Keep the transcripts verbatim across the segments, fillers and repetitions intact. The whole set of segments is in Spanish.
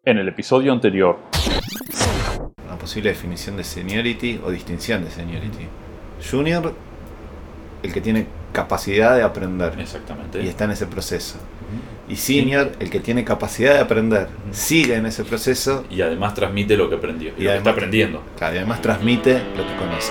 En el episodio anterior. Una posible definición de seniority o distinción de seniority. Junior, el que tiene capacidad de aprender. Exactamente. Y está en ese proceso. Y senior, el que tiene capacidad de aprender, sigue en ese proceso. Y además transmite lo que aprendió. Y, y lo además, que está aprendiendo. Claro, y además transmite lo que conoce.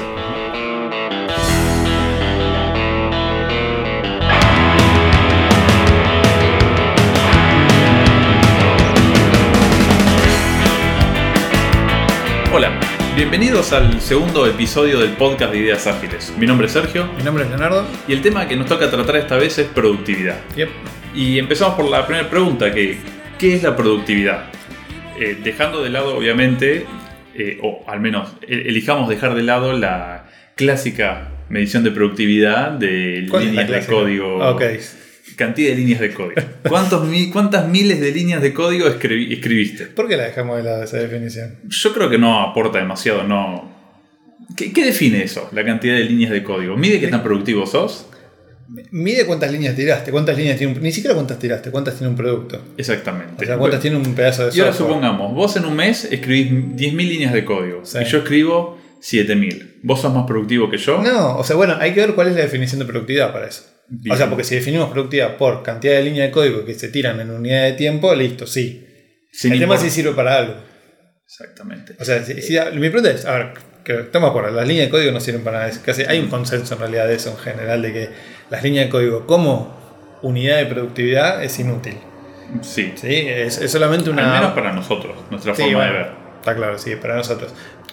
Hola, bienvenidos al segundo episodio del podcast de Ideas Ágiles. Mi nombre es Sergio. Mi nombre es Leonardo. Y el tema que nos toca tratar esta vez es productividad. Yep. Y empezamos por la primera pregunta, que ¿qué es la productividad? Eh, dejando de lado, obviamente, eh, o al menos elijamos dejar de lado la clásica medición de productividad de líneas de código. Okay. Cantidad de líneas de código. ¿Cuántos, ¿Cuántas miles de líneas de código escribí, escribiste? ¿Por qué la dejamos de lado esa definición? Yo creo que no aporta demasiado, no. ¿Qué, qué define eso? La cantidad de líneas de código. ¿Mide qué tan productivo sos? Mide cuántas líneas tiraste, cuántas líneas tiene un, ni siquiera cuántas tiraste, cuántas tiene un producto. Exactamente. O sea, cuántas bueno, tiene un pedazo de software. Y ahora supongamos, vos en un mes escribís diez mil líneas de código, sí, y yo escribo siete mil. ¿Vos sos más productivo que yo? No, o sea, bueno, hay que ver cuál es la definición de productividad para eso. Bien. O sea, porque si definimos productividad por cantidad de líneas de código que se tiran en unidad de tiempo, listo, sí. Sin el tema es si sirve para algo. Exactamente. O sea, si, si, mi pregunta es, a ver, que estamos de acuerdo, las líneas de código no sirven para nada. Casi hay un consenso en realidad de eso en general, de que las líneas de código como unidad de productividad es inútil. Sí. Sí, es, es solamente una... Al menos para nosotros, nuestra sí, forma bueno, de ver. Está claro, sí, para nosotros.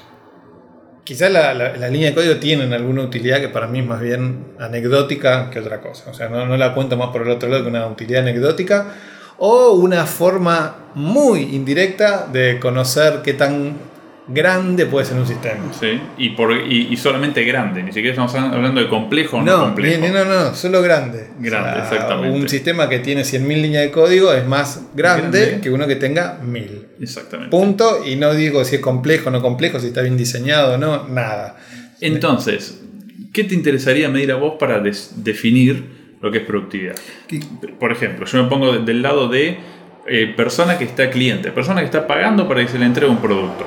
Quizás la, la, la línea de código tienen alguna utilidad que para mí es más bien anecdótica que otra cosa. O sea, no, no la cuento más por el otro lado que una utilidad anecdótica o una forma muy indirecta de conocer qué tan grande puede ser un sistema. Sí, y, por, y, y solamente grande, ni siquiera estamos hablando de complejo o no, no complejo. No, no, no, solo grande. Grande, o sea, exactamente. Un sistema que tiene cien mil líneas de código es más grande, grande que uno que tenga mil. Exactamente. Punto, y no digo si es complejo o no complejo, si está bien diseñado o no, nada. Entonces, ¿qué te interesaría medir a vos para des- definir lo que es productividad? ¿Qué? Por ejemplo, yo me pongo del lado de eh, persona que está cliente, persona que está pagando para que se le entregue un producto.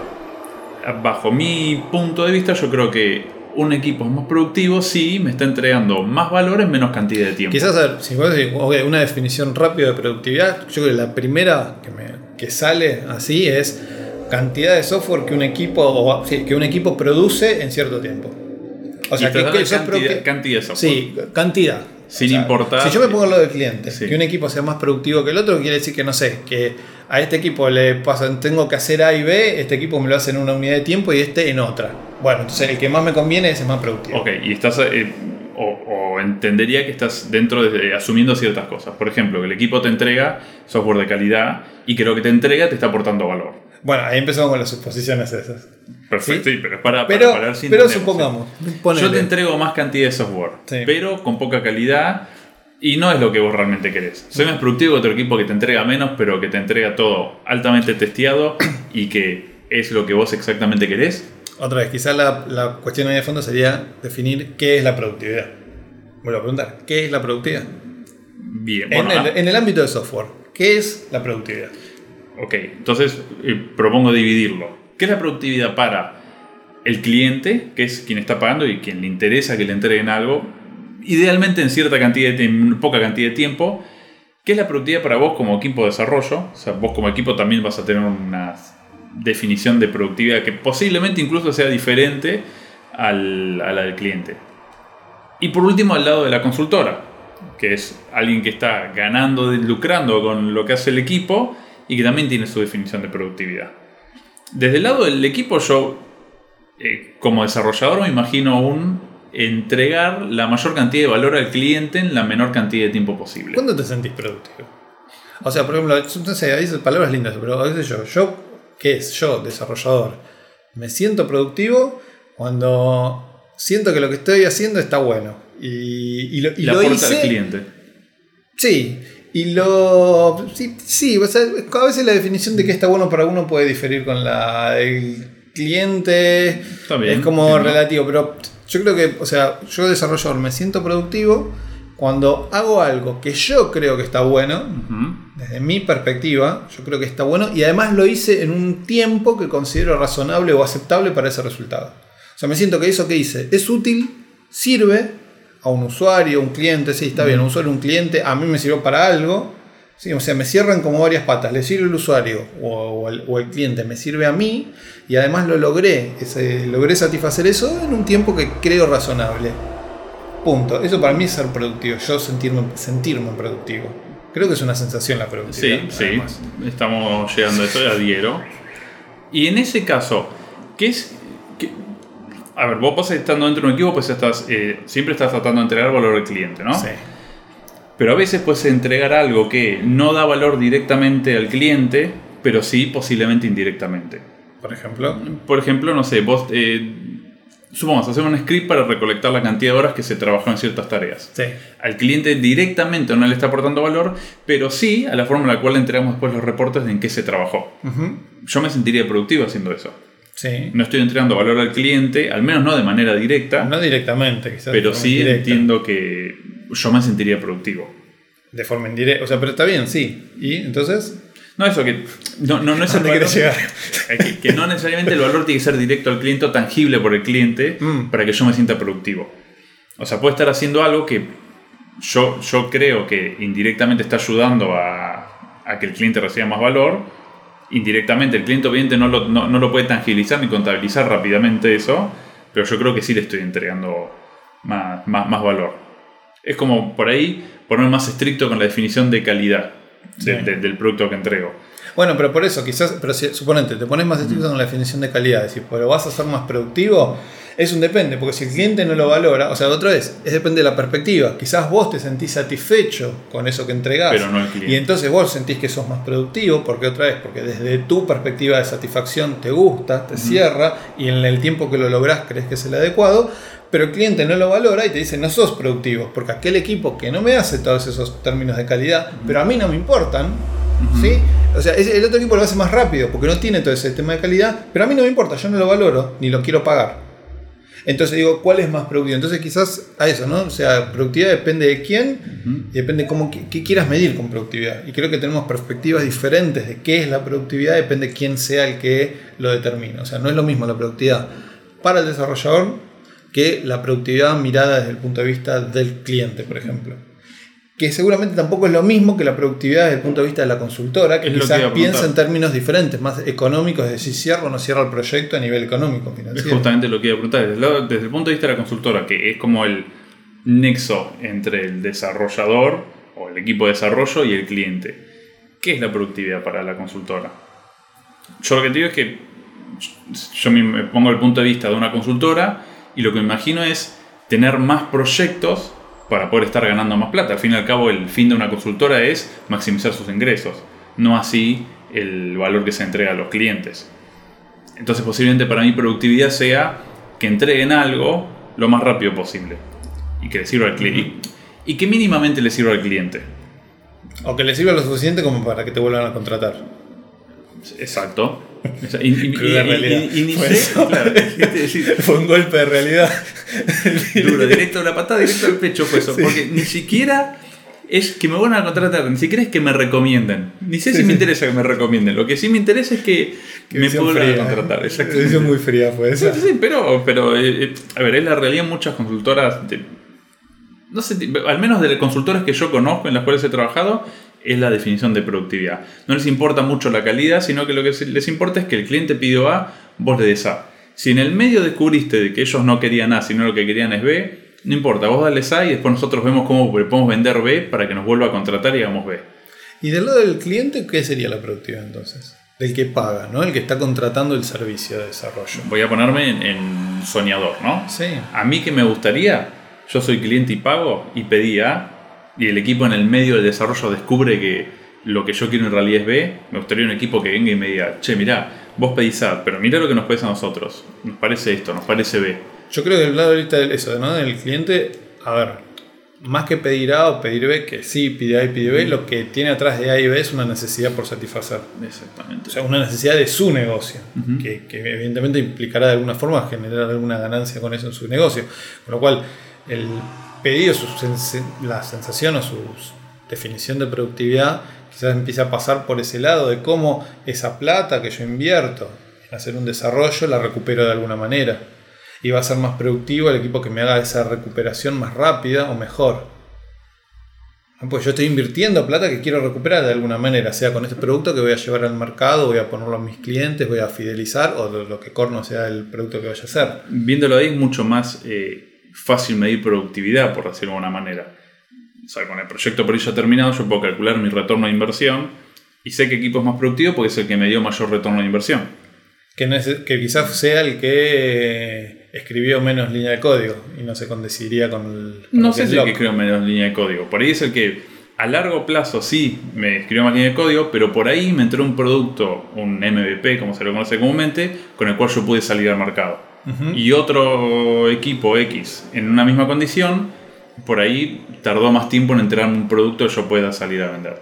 Bajo mi punto de vista, yo creo que un equipo es más productivo si me está entregando más valor en menos cantidad de tiempo. Quizás, a ver, si vos decís, okay, una definición rápida de productividad, yo creo que la primera que, me, que sale así es cantidad de software que un equipo o, sí, que un equipo produce en cierto tiempo. O sea, que, que cantidad, producti- cantidad de software. Sí, cantidad. Sin o sea, importar. Si yo me pongo al lado del cliente, sí. que un equipo sea más productivo que el otro, quiere decir que, no sé, que a este equipo le pasan, tengo que hacer A y B, este equipo me lo hace en una unidad de tiempo y este en otra. Bueno, entonces el que más me conviene es el más productivo. Ok, y estás, eh, o, o entendería que estás dentro de, asumiendo ciertas cosas. Por ejemplo, que el equipo te entrega software de calidad y que lo que te entrega te está aportando valor. Bueno, ahí empezamos con las suposiciones esas. Perfecto, ¿sí? Sí, pero es para, pero, para, para ver si pero supongamos. ¿Sí? Yo te entrego más cantidad de software, sí, pero con poca calidad y no es lo que vos realmente querés. Soy más productivo que otro equipo que te entrega menos, pero que te entrega todo altamente testeado y que es lo que vos exactamente querés. Otra vez, quizás la, la cuestión ahí de fondo sería definir qué es la productividad. Vuelvo a preguntar, ¿qué es la productividad? Bien, en, bueno, el, en el ámbito de software, ¿qué es la productividad? Ok, entonces eh, propongo dividirlo. ¿Qué es la productividad para el cliente, que es quien está pagando y quien le interesa que le entreguen algo, idealmente en cierta cantidad de en poca cantidad de tiempo? ¿Qué es la productividad para vos como equipo de desarrollo? O sea, vos como equipo también vas a tener una definición de productividad que posiblemente incluso sea diferente al, a la del cliente. Y por último, al lado de la consultora, que es alguien que está ganando, lucrando con lo que hace el equipo y que también tiene su definición de productividad. Desde el lado del equipo, yo eh, como desarrollador me imagino un entregar la mayor cantidad de valor al cliente en la menor cantidad de tiempo posible. ¿Cuándo te sentís productivo? O sea, por ejemplo, no sé, hay palabras lindas, pero a veces yo, yo, ¿qué es? Yo, desarrollador, me siento productivo cuando siento que lo que estoy haciendo está bueno. Y, y lo, y la lo aporta hice, al cliente. Sí. Y lo... Sí, sí, o sea, a veces la definición de qué está bueno para uno puede diferir con la del cliente. Está bien, es como sí, relativo, ¿no? Pero yo creo que, o sea, yo desarrollador me siento productivo cuando hago algo que yo creo que está bueno, Uh-huh. desde mi perspectiva, yo creo que está bueno y además lo hice en un tiempo que considero razonable o aceptable para ese resultado. O sea, me siento que eso que hice es útil, sirve a un usuario, un cliente, sí, está bien, un usuario, un cliente, a mí me sirvió para algo, sí, o sea, me cierran como varias patas, le sirve al usuario o, o, el, o el cliente, me sirve a mí y además lo logré, ese, logré satisfacer eso en un tiempo que creo razonable. Punto. Eso para mí es ser productivo, yo sentirme, sentirme productivo. Creo que es una sensación la productividad. Sí, además. sí, estamos llegando a eso, adhiero. Y en ese caso, ¿qué es...? Qué? A ver, vos vas estando dentro de un equipo, pues estás, eh, siempre estás tratando de entregar valor al cliente, ¿no? Sí. Pero a veces puedes entregar algo que no da valor directamente al cliente, pero sí posiblemente indirectamente. Por ejemplo. Por ejemplo, no sé, vos... Eh, supongamos, hacer un script para recolectar la cantidad de horas que se trabajó en ciertas tareas. Sí. Al cliente directamente no le está aportando valor, pero sí a la forma en la cual le entregamos después los reportes de en qué se trabajó. Uh-huh. Yo me sentiría productivo haciendo eso. Sí. No estoy entregando valor al cliente, al menos no de manera directa, No directamente, quizás. pero de forma sí indirecta. entiendo que yo me sentiría productivo. De forma indirecta. O sea, pero está bien, sí. ¿Y entonces? No, eso que no, no, no es el ¿Dónde valor, querés llegar? es que, que no necesariamente el valor tiene que ser directo al cliente o tangible por el cliente Mm. para que yo me sienta productivo. O sea, puede estar haciendo algo que yo, yo creo que indirectamente está ayudando a, a que el cliente reciba más valor. Indirectamente el cliente obviamente no lo, no, no lo puede tangibilizar ni contabilizar rápidamente eso, pero yo creo que sí le estoy entregando más, más, más valor. Es como por ahí poner más estricto con la definición de calidad de, Sí. de, del producto que entrego. Bueno, pero por eso, quizás, pero si, suponete, te pones más estricto con la definición de calidad, decir, pero vas a ser más productivo, es un depende, porque si el cliente no lo valora, o sea, otra vez, es depende de la perspectiva. Quizás vos te sentís satisfecho con eso que entregás, Pero no el cliente. y entonces vos sentís que sos más productivo, porque otra vez, porque desde tu perspectiva de satisfacción te gusta, te uh-huh. cierra, y en el tiempo que lo lográs crees que es el adecuado, pero el cliente no lo valora y te dice no sos productivo, porque aquel equipo que no me hace todos esos términos de calidad, uh-huh. pero a mí no me importan, uh-huh. ¿sí? O sea, el otro equipo lo hace más rápido porque no tiene todo ese tema de calidad, pero a mí no me importa, yo no lo valoro ni lo quiero pagar. Entonces digo, ¿cuál es más productivo? Entonces quizás a eso, ¿no? O sea, productividad depende de quién uh-huh. y depende de cómo, qué, qué quieras medir con productividad. Y creo que tenemos perspectivas diferentes de qué es la productividad, depende de quién sea el que lo determine. O sea, no es lo mismo la productividad para el desarrollador que la productividad mirada desde el punto de vista del cliente, por ejemplo. Que seguramente tampoco es lo mismo que la productividad desde el punto de vista de la consultora, que es quizás que piensa en términos diferentes, más económicos, es decir, cierra o no cierra el proyecto a nivel económico, financiero. Es justamente lo que iba a preguntar. Desde el, lado, desde el punto de vista de la consultora, que es como el nexo entre el desarrollador o el equipo de desarrollo y el cliente. ¿Qué es la productividad para la consultora? Yo lo que te digo es que yo me pongo el punto de vista de una consultora y lo que me imagino es tener más proyectos para poder estar ganando más plata. Al fin y al cabo, el fin de una consultora es maximizar sus ingresos, no así el valor que se entrega a los clientes. Entonces, posiblemente para mí productividad sea que entreguen algo lo más rápido posible y que le sirva al cliente y, y que mínimamente le sirva al cliente. O que le sirva lo suficiente como para que te vuelvan a contratar. Exacto. Y, y, Cruda y, realidad. Y, y, y ni Fue sé, eso. claro, es decir, Fue un golpe de realidad. duro, directo a la patada, directo al pecho fue eso. Sí. Porque ni siquiera es que me vuelvan a contratar, ni siquiera es que me recomienden. Ni sé sí, si sí. me interesa que me recomienden. Lo que sí me interesa es que Qué me vuelvan fría, a contratar. ¿eh? Decisión muy fría fue esa. Sí, sí, pero, pero eh, a ver, es la realidad en muchas consultoras. De, no sé, al menos de las consultoras que yo conozco, en las cuales he trabajado, es la definición de productividad. No les importa mucho la calidad, sino que lo que les importa es que el cliente pidió A, vos le des A. Si en el medio descubriste de que ellos no querían A, sino lo que querían es B, no importa, vos dales A y después nosotros vemos cómo podemos vender B para que nos vuelva a contratar y hagamos B. ¿Y del lado del cliente qué sería la productividad entonces? Del que paga, ¿no? El que está contratando el servicio de desarrollo. Voy a ponerme en, en soñador, ¿no? Sí. A mí que me gustaría, yo soy cliente y pago y pedí A, y el equipo en el medio del desarrollo descubre que lo que yo quiero en realidad es B, me gustaría un equipo que venga y me diga, che, mirá, vos pedís A, pero mirá lo que nos parece a nosotros. Nos parece esto, nos parece B. Yo creo que del lado ahorita de eso, ¿no? Del cliente, a ver, más que pedir A o pedir B, que sí pide A y pide B, mm. lo que tiene atrás de A y B es una necesidad por satisfacer. Exactamente. O sea, una necesidad de su negocio, uh-huh. que, que evidentemente implicará de alguna forma generar alguna ganancia con eso en su negocio. Con lo cual, el pedido, su sens- la sensación o su definición de productividad quizás empiece a pasar por ese lado de cómo esa plata que yo invierto en hacer un desarrollo la recupero de alguna manera. Y va a ser más productivo el equipo que me haga esa recuperación más rápida o mejor. Pues yo estoy invirtiendo plata que quiero recuperar de alguna manera, sea con este producto que voy a llevar al mercado, voy a ponerlo a mis clientes, voy a fidelizar, o lo, lo que corno sea el producto que vaya a hacer. Viéndolo ahí es mucho más eh, fácil medir productividad, por decirlo de alguna manera. O sea, con el proyecto por ello terminado yo puedo calcular mi retorno de inversión y sé qué equipo es más productivo porque es el que me dio mayor retorno de inversión. Que, no es, que quizás sea el que escribió menos línea de código y no se condecidiría con el... Con no el sé si es el que escribió menos línea de código. Por ahí es el que a largo plazo sí me escribió más línea de código, pero por ahí me entró un producto, un M V P como se lo conoce comúnmente, con el cual yo pude salir al mercado. Uh-huh. Y otro equipo X en una misma condición, por ahí tardó más tiempo en entregar un producto que yo pueda salir a vender.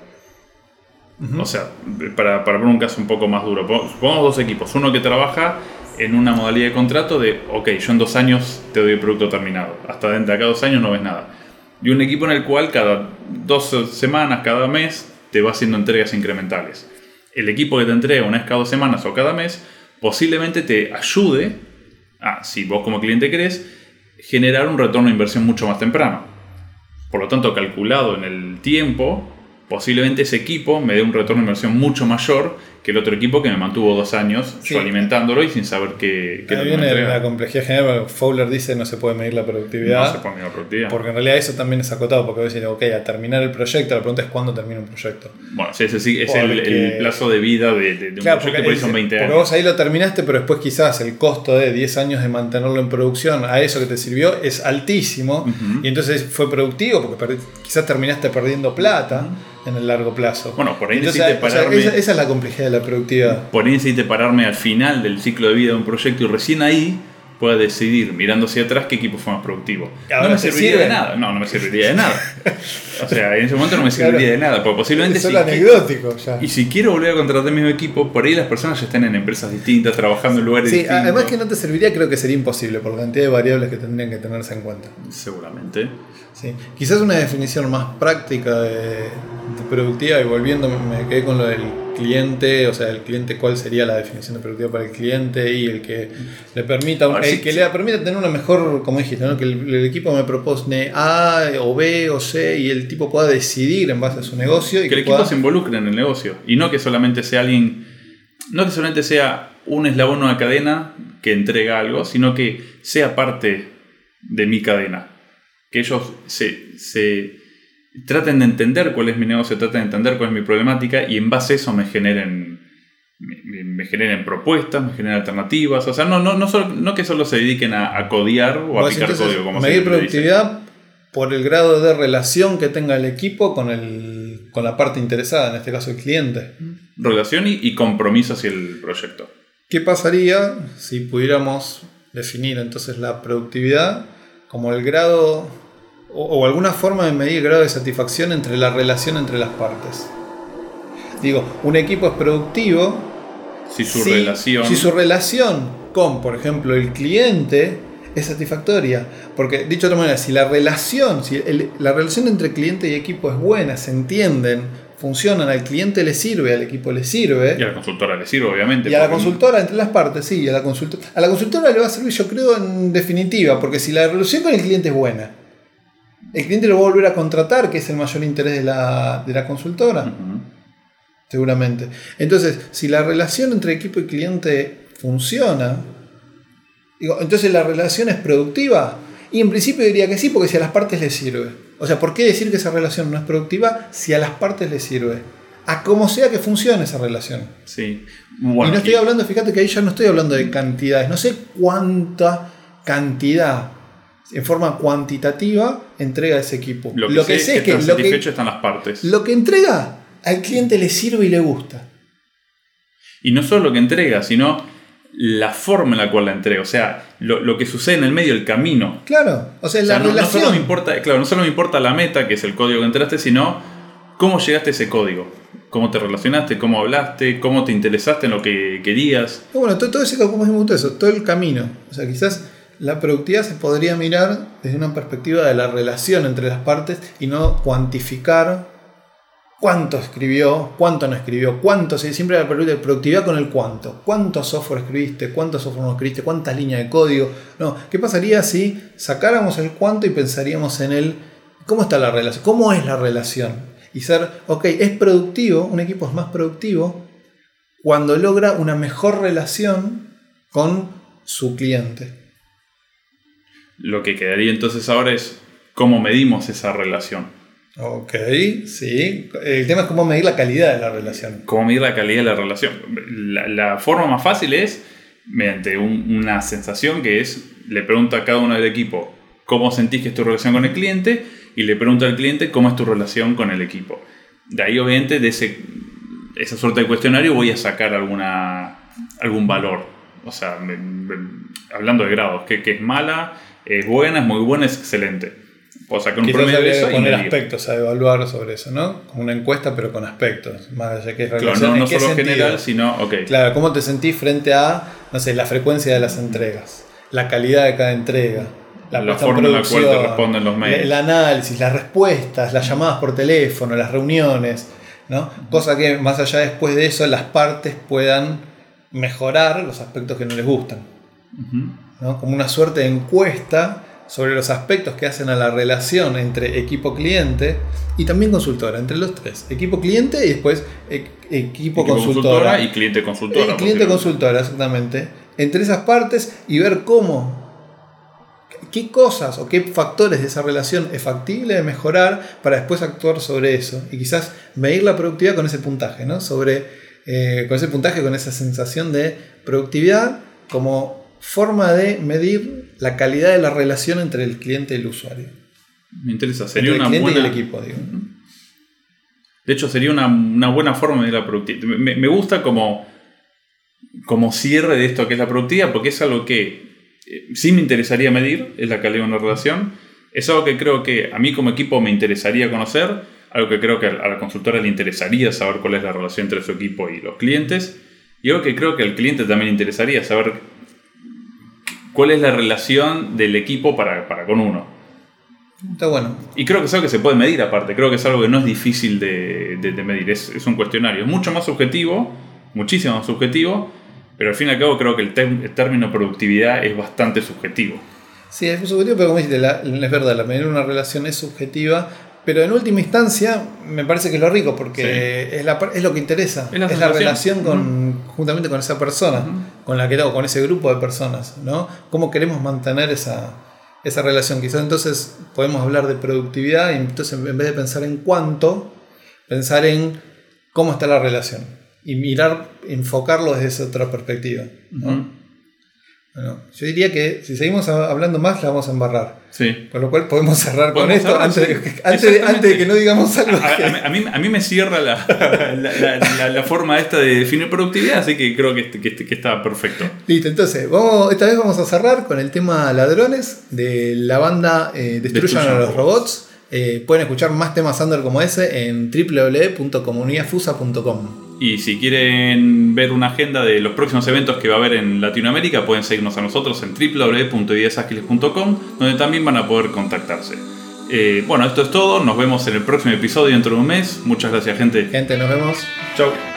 Uh-huh. O sea, para, para poner un caso un poco más duro, pongamos dos equipos. Uno que trabaja en una modalidad de contrato de, ok, yo en dos años te doy el producto terminado. Hasta dentro de acá dos años no ves nada. Y un equipo en el cual cada dos semanas, cada mes, te va haciendo entregas incrementales. El equipo que te entrega una vez cada dos semanas o cada mes, posiblemente te ayude a, si vos como cliente querés, generar un retorno de inversión mucho más temprano. Por lo tanto, calculado en el tiempo, posiblemente ese equipo me dé un retorno de inversión mucho mayor que el otro equipo que me mantuvo dos años sí. yo alimentándolo y sin saber qué, qué Ahí viene la complejidad general, porque Fowler dice no se puede medir la productividad. No se puede medir la productividad. Porque en realidad eso también es acotado, porque voy a decir, ok, a terminar el proyecto, la pregunta es cuándo termina un proyecto. Bueno, sí, ese sí es el, el plazo de vida de, de, de un claro, proyecto, por ahí son veinte años. Porque vos ahí lo terminaste, pero después quizás el costo de diez años de mantenerlo en producción a eso que te sirvió es altísimo, uh-huh. y entonces fue productivo, porque perd- quizás terminaste perdiendo plata, uh-huh. en el largo plazo. Bueno, por ahí entonces, necesite pararme. O sea, esa, esa es la complejidad de la productividad. Por ahí necesite pararme al final del ciclo de vida de un proyecto y recién ahí pueda decidir, mirando hacia atrás, qué equipo fue más productivo. Ahora no me serviría sirve. de nada. No, no me serviría de nada. O sea, en ese momento no me serviría claro. de nada. Porque posiblemente. Es solo si anecdótico ya. Y si quiero volver a contratar el mismo equipo, por ahí las personas ya están en empresas distintas, trabajando en lugares sí, distintos. Además que no te serviría, creo que sería imposible por la cantidad de variables que tendrían que tenerse en cuenta. Seguramente. Sí. Quizás una definición más práctica de, de productividad, y volviendo me quedé con lo del cliente, o sea, el cliente, cuál sería la definición de productividad para el cliente y el que le permita, el sí, que sí. le permita tener una mejor, como dijiste, ¿no? Que el, el equipo me propone A o B o C y el tipo pueda decidir en base a su negocio. Y que, que el equipo pueda... se involucre en el negocio y no que solamente sea alguien, no que solamente sea un eslabón o una cadena que entrega algo, sino que sea parte de mi cadena. Que ellos se, se traten de entender cuál es mi negocio, traten de entender cuál es mi problemática y en base a eso me generen, me, me generen propuestas, me generen alternativas. O sea, no, no, no, solo, no que solo se dediquen a, a codear o a picar código. Como medir productividad por el grado de relación que tenga el equipo con, el, con la parte interesada, en este caso el cliente. Relación y, y compromiso hacia el proyecto. ¿Qué pasaría si pudiéramos definir entonces la productividad como el grado... o alguna forma de medir el grado de satisfacción entre la relación entre las partes? Digo, un equipo es productivo si su si, relación si su relación con, por ejemplo, el cliente es satisfactoria. Porque, dicho de otra manera, si la relación, si el, la relación entre cliente y equipo es buena, se entienden, funcionan, al cliente le sirve, al equipo le sirve. Y a la consultora le sirve, obviamente. Y a la consultora, entre las partes, sí, a la consultora. A la consultora le va a servir, yo creo, en definitiva, porque si la relación con el cliente es buena, el cliente lo va a volver a contratar, que es el mayor interés de la, de la consultora. Uh-huh. Seguramente. Entonces, si la relación entre equipo y cliente funciona, digo, entonces la relación es productiva. Y en principio diría que sí, porque si a las partes les sirve. O sea, ¿por qué decir que esa relación no es productiva si a las partes les sirve? A como sea que funcione esa relación. Sí. Bueno, y no estoy y... hablando, fíjate que ahí ya no estoy hablando de cantidades. No sé cuánta cantidad en forma cuantitativa entrega ese equipo. Lo que, lo que sé, sé es que, que lo que están las partes. Lo que entrega al cliente le sirve y le gusta. Y no solo lo que entrega, sino la forma en la cual la entrega. O sea, lo, lo que sucede en el medio, el camino. Claro, o sea, o la sea no, relación. No solo, me importa, claro, no solo me importa la meta, que es el código que entraste, sino cómo llegaste a ese código. Cómo te relacionaste, cómo hablaste, cómo te interesaste en lo que querías. Bueno, todo, todo ese, como decimos eso, todo el camino. O sea, quizás la productividad se podría mirar desde una perspectiva de la relación entre las partes y no cuantificar cuánto escribió, cuánto no escribió, cuánto, siempre la productividad con el cuánto, cuánto software escribiste, cuánto software no escribiste, cuántas líneas de código. No, ¿qué pasaría si sacáramos el cuánto y pensaríamos en el cómo está la relación, cómo es la relación? Y ser, ok, es productivo, un equipo es más productivo cuando logra una mejor relación con su cliente. Lo que quedaría entonces ahora es cómo medimos esa relación. Ok, sí. El tema es cómo medir la calidad de la relación. Cómo medir la calidad de la relación. La, la forma más fácil es mediante un, una sensación que es, le pregunto a cada uno del equipo cómo sentís que es tu relación con el cliente y le pregunto al cliente cómo es tu relación con el equipo. De ahí obviamente de ese, esa suerte de cuestionario voy a sacar alguna, algún valor. O sea, me, me, hablando de grados, que, que es mala, es buena, es muy buena, es excelente. Puedo sacar un Quizás promedio de eso poner y medir. aspectos a evaluar sobre eso, ¿no? Como una encuesta, pero con aspectos. Más allá que es claro, no, no solo sentido? general, sino, ok. Claro, ¿cómo te sentís frente a, no sé, la frecuencia de las entregas, la calidad de cada entrega, la, la forma en la cual te responden los mails, el análisis, las respuestas, las llamadas por teléfono, las reuniones, ¿no? Cosa que más allá después de eso las partes puedan mejorar los aspectos que no les gustan, uh-huh. ¿no? Como una suerte de encuesta sobre los aspectos que hacen a la relación entre equipo-cliente y también consultora, entre los tres. Equipo-cliente y después e- equipo-consultora. Y cliente-consultora. Y cliente-consultora, exactamente. Entre esas partes y ver cómo, qué cosas o qué factores de esa relación es factible de mejorar para después actuar sobre eso. Y quizás medir la productividad con ese puntaje, ¿no? Sobre, eh, con ese puntaje, con esa sensación de productividad como forma de medir la calidad de la relación entre el cliente y el usuario. Me interesa, sería entre una el cliente buena... y el equipo, digo. De hecho, sería una, una buena forma de medir la productividad. Me, me gusta como, como cierre de esto que es la productividad, porque es algo que eh, sí me interesaría medir, es la calidad de una relación. Es algo que creo que a mí como equipo me interesaría conocer, algo que creo que a la consultora le interesaría saber cuál es la relación entre su equipo y los clientes, y algo que creo que al cliente también le interesaría saber cuál es la relación del equipo para, para con uno. Está bueno. Y creo que es algo que se puede medir aparte. Creo que es algo que no es difícil de, de, de medir. Es, es un cuestionario. Es mucho más subjetivo, muchísimo más subjetivo, pero al fin y al cabo creo que el, ter- el término productividad es bastante subjetivo. Sí, es subjetivo, pero como dijiste, la, es verdad, la medir una relación es subjetiva, pero en última instancia me parece que es lo rico, porque sí. es, la, es lo que interesa. Es la, es la relación con, uh-huh. juntamente con esa persona, uh-huh. con la que con ese grupo de personas, ¿no? ¿Cómo queremos mantener esa, esa relación? Quizás entonces podemos hablar de productividad y entonces en vez de pensar en cuánto, pensar en cómo está la relación y mirar, enfocarlo desde esa otra perspectiva, ¿no? Uh-huh. Bueno, yo diría que si seguimos hablando más la vamos a embarrar. Sí. Con lo cual podemos cerrar con esto cerrar, antes, sí. de, antes, de, antes de que no digamos algo. A, que... a, a, mí, a mí me cierra la, la, la, la, la forma esta de definir productividad, así que creo que, que, que está perfecto. Listo, entonces vamos, esta vez vamos a cerrar con el tema Ladrones de la banda eh, Destruyan a los Robots. Eh, pueden escuchar más temas under como ese en doble u doble u doble u punto comunidad fusa punto com. Y si quieren ver una agenda de los próximos eventos que va a haber en Latinoamérica, pueden seguirnos a nosotros en doble u doble u doble u punto ideas ágiles punto com, donde también van a poder contactarse. Eh, bueno, esto es todo. Nos vemos en el próximo episodio dentro de un mes. Muchas gracias, gente. Gente, nos vemos. Chau.